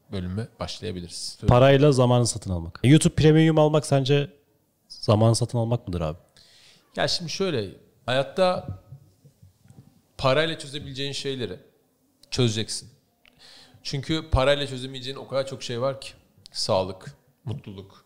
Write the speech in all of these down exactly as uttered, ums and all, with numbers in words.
bölüme başlayabiliriz. Parayla zamanı satın almak. YouTube Premium almak sence zamanı satın almak mıdır abi? Ya şimdi şöyle, hayatta parayla çözebileceğin şeyleri çözeceksin. Çünkü parayla çözemeyeceğin o kadar çok şey var ki. Sağlık, mutluluk,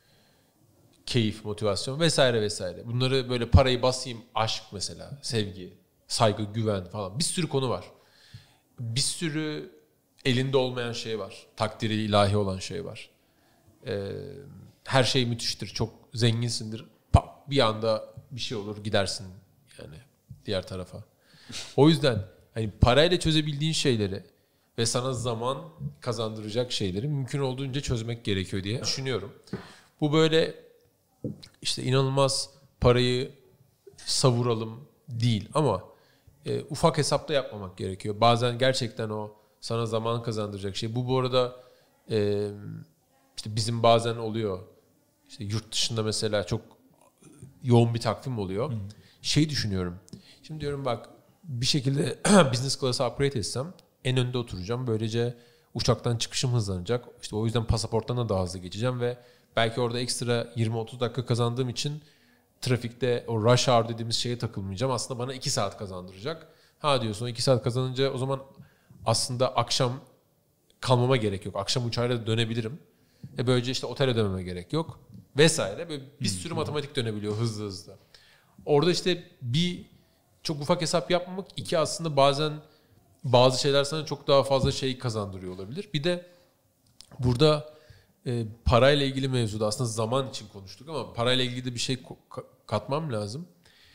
keyif, motivasyon vesaire vesaire. Bunları böyle parayı basayım, aşk mesela, sevgi, saygı, güven falan. Bir sürü konu var. Bir sürü elinde olmayan şey var. Takdiri ilahi olan şey var. Ee, her şey müthiştir, çok zenginsindir. Pak, bir anda bir şey olur, gidersin yani diğer tarafa. O yüzden hani parayla çözebildiğin şeyleri ve sana zaman kazandıracak şeyleri mümkün olduğunca çözmek gerekiyor diye düşünüyorum. Bu böyle işte inanılmaz parayı savuralım değil ama e, ufak hesapta yapmamak gerekiyor. Bazen gerçekten o sana zaman kazandıracak şey. Bu bu arada e, işte bizim bazen oluyor. İşte yurt dışında mesela çok yoğun bir takvim oluyor. Hı. Şey düşünüyorum. Şimdi diyorum bak bir şekilde business class'a upgrade etsem en önde oturacağım. Böylece uçaktan çıkışım hızlanacak. İşte o yüzden pasaporttan da daha hızlı geçeceğim ve belki orada ekstra yirmi otuz dakika kazandığım için trafikte o rush hour dediğimiz şeye takılmayacağım. Aslında bana iki saat kazandıracak. Ha diyorsun iki saat kazanınca o zaman aslında akşam kalmama gerek yok. Akşam uçağıyla da dönebilirim. E böylece işte otele dönmeme gerek yok. Vesaire. Böyle bir sürü matematik dönebiliyor hızlı hızlı. Orada işte bir çok ufak hesap yapmamak. İki aslında bazen bazı şeyler sana çok daha fazla şey kazandırıyor olabilir. Bir de burada e, parayla ilgili mevzuda aslında zaman için konuştuk ama parayla ilgili de bir şey katmam lazım.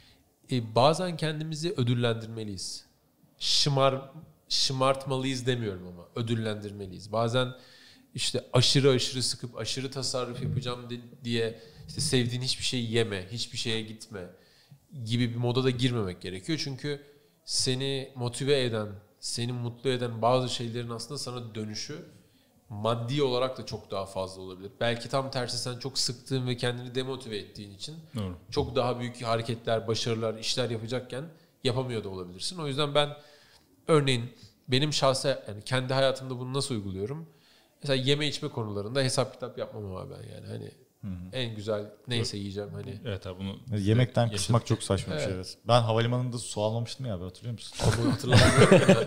E, bazen kendimizi ödüllendirmeliyiz. Şımar, şımartmalıyız demiyorum ama ödüllendirmeliyiz. Bazen işte aşırı aşırı sıkıp aşırı tasarruf yapacağım diye işte sevdiğin hiçbir şeyi yeme, hiçbir şeye gitme gibi bir moda da girmemek gerekiyor. Çünkü seni motive eden, seni mutlu eden bazı şeylerin aslında sana dönüşü maddi olarak da çok daha fazla olabilir. Belki tam tersi sen çok sıktığın ve kendini demotive ettiğin için Doğru. çok daha büyük hareketler, başarılar, işler yapacakken yapamıyor da olabilirsin. O yüzden ben örneğin benim şahsen yani kendi hayatımda bunu nasıl uyguluyorum? Mesela yeme içme konularında hesap kitap yapmam abi ben yani hani Hı-hı. en güzel neyse yiyeceğim hani. Evet abi bunu yemekten yaşadık. Kısmak çok saçma bir evet. şey. Ben havalimanında su almamıştım ya abi hatırlıyor musun? Abi hatırlamıyorum.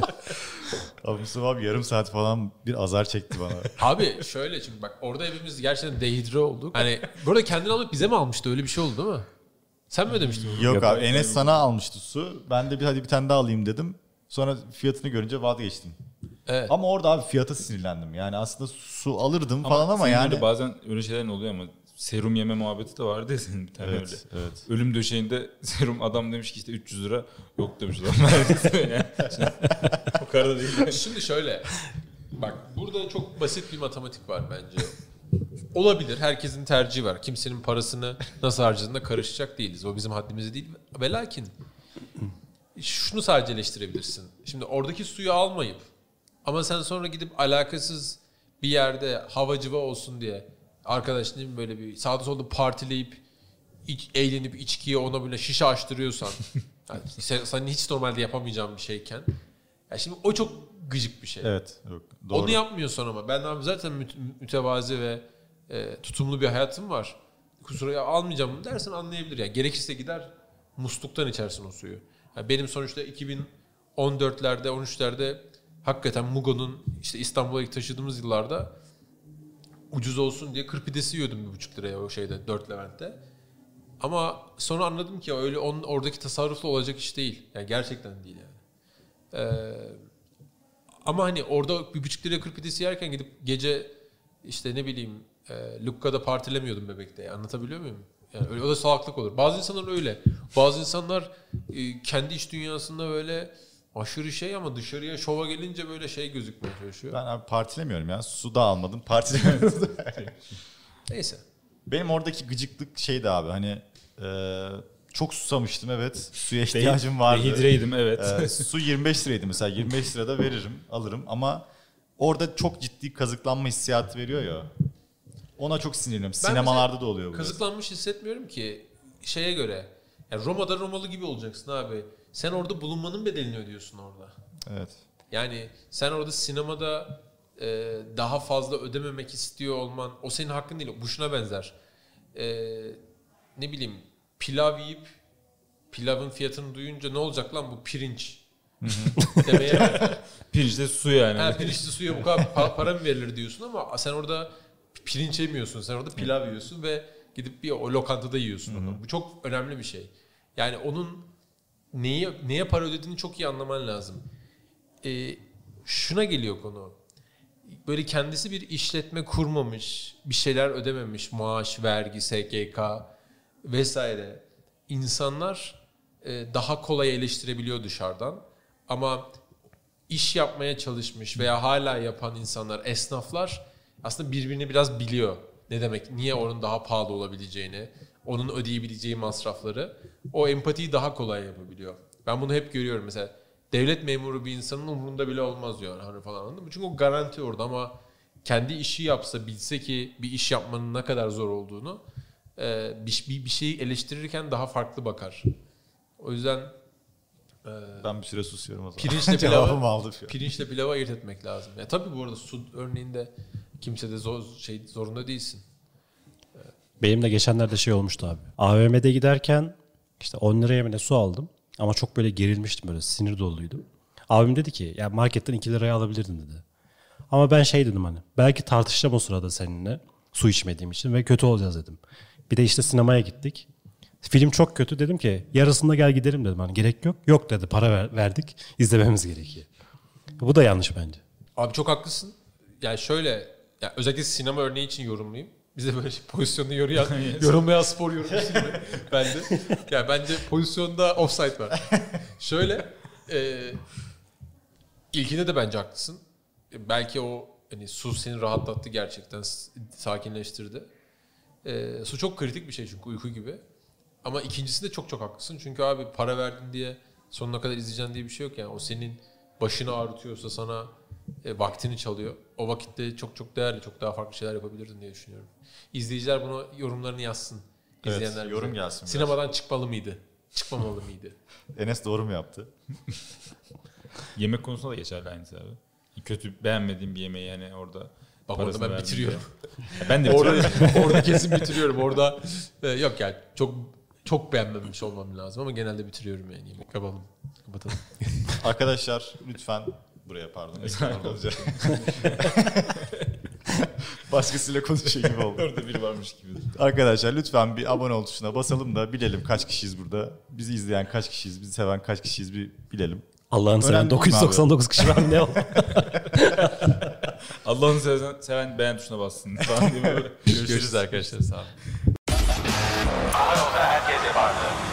Abi Mustafa abi yarım saat falan bir azar çekti bana. Abi şöyle çünkü bak orada hepimiz gerçekten dehidre olduk. Hani burada kendini alıp bize mi almıştı öyle bir şey oldu değil mi? Sen mi ödemiştin? Yok, Yok abi Enes sana almıştı su. Ben de bir hadi bir tane daha alayım dedim. Sonra fiyatını görünce vazgeçtim. Evet. Ama orada abi fiyata sinirlendim. Yani aslında su alırdım ama falan ama yani. Bazen öyle şeyler oluyor ama serum yeme muhabbeti de vardı ya senin bir tane evet, öyle. Evet. Ölüm döşeğinde serum adam demiş ki işte üç yüz lira yok demiş adam. O kadar da değil. Şimdi şöyle bak burada çok basit bir matematik var bence. Olabilir. Herkesin tercihi var. Kimsenin parasını nasıl harcadığına karışacak değiliz. O bizim haddimize değil. Ve lakin şunu sadece eleştirebilirsin. Şimdi oradaki suyu almayıp ama sen sonra gidip alakasız bir yerde hava cıva olsun diye arkadaş değil mi böyle bir sağda solda partileyip iç, eğlenip içkiye ona böyle şişe açtırıyorsan yani sen, senin hiç normalde yapamayacağın bir şeyken yani şimdi o çok gıcık bir şey. Evet. Yok, doğru. Onu yapmıyorsan ama ben abi zaten mütevazi ve e, tutumlu bir hayatım var. Kusura almayacağım dersen anlayabilir. Yani gerekirse gider musluktan içersin o suyu. Yani benim sonuçta iki bin on dörtlerde on üçlerde hakikaten Mugo'nun işte İstanbul'a ilk taşıdığımız yıllarda ucuz olsun diye kır pidesi yiyordum bir buçuk liraya o şeyde dört Levent'te. Ama sonra anladım ki öyle onun oradaki tasarrufla olacak iş değil. Yani gerçekten değil yani. Ee, ama hani orada bir buçuk liraya kır pidesi yerken gidip gece işte ne bileyim e, Lukka'da partilemiyordum Bebek'te. Anlatabiliyor muyum? Yani öyle, o da salaklık olur. Bazı insanlar öyle. Bazı insanlar e, kendi iç dünyasında böyle aşırı şey ama dışarıya şova gelince böyle şey gözükmeye çalışıyor. Ben abi partilemiyorum ya. Su da almadım. Partilemiyorum. Neyse. Benim oradaki gıcıklık şeydi abi hani e, çok susamıştım evet. Suya ihtiyacım vardı. Dehidreydim evet. E, su yirmi beş liraydı mesela. yirmi beş lirada veririm alırım ama orada çok ciddi kazıklanma hissiyatı veriyor ya. Ona çok sinirleniyorum. Sinemalarda da oluyor bu. Kazıklanmış hissetmiyorum ki şeye göre. Yani Roma'da Romalı gibi olacaksın abi. Sen orada bulunmanın bedelini ödüyorsun orada. Evet. Yani sen orada sinemada e, daha fazla ödememek istiyor olman o senin hakkın değil. Bu şuna benzer. E, ne bileyim pilav yiyip pilavın fiyatını duyunca ne olacak lan bu pirinç demeye pirinçte su yani. Ha, pirinçli suya bu kadar pa- para mı verilir diyorsun ama sen orada pirinç yemiyorsun. Sen orada pilav yiyorsun ve gidip bir o lokantada yiyorsun onu. Bu çok önemli bir şey. Yani onun neyi neye para ödediğini çok iyi anlaman lazım. Ee, şuna geliyor konu. Böyle kendisi bir işletme kurmamış, bir şeyler ödememiş, maaş, vergi, S G K vesaire. İnsanlar e, daha kolay eleştirebiliyor dışarıdan. Ama iş yapmaya çalışmış veya hala yapan insanlar, esnaflar aslında birbirini biraz biliyor. Ne demek, niye onun daha pahalı olabileceğini, onun ödeyebileceği masrafları. O empatiyi daha kolay yapabiliyor. Ben bunu hep görüyorum. Mesela devlet memuru bir insanın umurunda bile olmaz diyor hani falan, anladın mı? Çünkü o garanti orada ama kendi işi yapsa, bilse ki bir iş yapmanın ne kadar zor olduğunu, bir, bir şeyi eleştirirken daha farklı bakar. O yüzden ben bir süre susuyorum o zaman. Pirinçle pilava, pirinçle pilava ayırt etmek lazım. Ya tabii bu arada su örneğinde kimse de zor, şey zorunda değilsin. Benim de geçenlerde şey olmuştu abi. A V M'de giderken işte on liraya mı ne su aldım. Ama çok böyle gerilmiştim, böyle sinir doluydum. Abim dedi ki ya marketten iki liraya alabilirdin dedi. Ama ben şey dedim hani belki tartışacağım o sırada seninle su içmediğim için ve kötü olacağız dedim. Bir de işte sinemaya gittik. Film çok kötü, dedim ki yarısında gel gidelim dedim. Hani gerek yok. Yok dedi, para ver, verdik. İzlememiz gerekiyor. Bu da yanlış bence. Abi çok haklısın. Yani şöyle, yani özellikle sinema örneği için yorumlayayım. Bize böyle pozisyonda yoruyan, yorumlayan spor yorumcusu gibi. Ben de. Yani bence pozisyonda offside var. Şöyle, e, ilkinde de bence haklısın. E, belki o hani su seni rahatlattı gerçekten, sakinleştirdi. E, su çok kritik bir şey çünkü uyku gibi. Ama ikincisinde çok çok haklısın. Çünkü abi para verdin diye sonuna kadar izleyeceksin diye bir şey yok yani. O senin başını ağrıtıyorsa, sana e, vaktini çalıyor. O vakitte çok çok değerli, çok daha farklı şeyler yapabilirdin diye düşünüyorum. İzleyiciler bunu yorumlarını yazsın. İzleyenler evet, yorum gelsin. Sinemadan biraz çıkmalı mıydı? Çıkmamalı mıydı? Enes doğru mu yaptı? Yemek konusunda da geçerli aynısı abi. Kötü, beğenmediğim bir yemeği yani orada. Bak orada ben bitiriyorum. Ben de bitiriyorum. orada, orada kesin bitiriyorum. Orada e, yok yani çok çok beğenmemiş olmam lazım ama genelde bitiriyorum yani yemek. Kapatalım. Kapatalım. Arkadaşlar lütfen buraya pardon. Başkasıyla konuşuyor gibi oldu. Orada biri varmış gibi. Arkadaşlar lütfen bir abone ol tuşuna basalım da bilelim kaç kişiyiz burada. Bizi izleyen kaç kişiyiz, bizi seven kaç kişiyiz bir bilelim. Allah'ını seven dokuz yüz doksan dokuz kişi var, ne oldu? Allah'ını seven, seven beğen tuşuna bassın falan diye böyle. Görüşürüz arkadaşlar, sağ olun. Herkese vardı.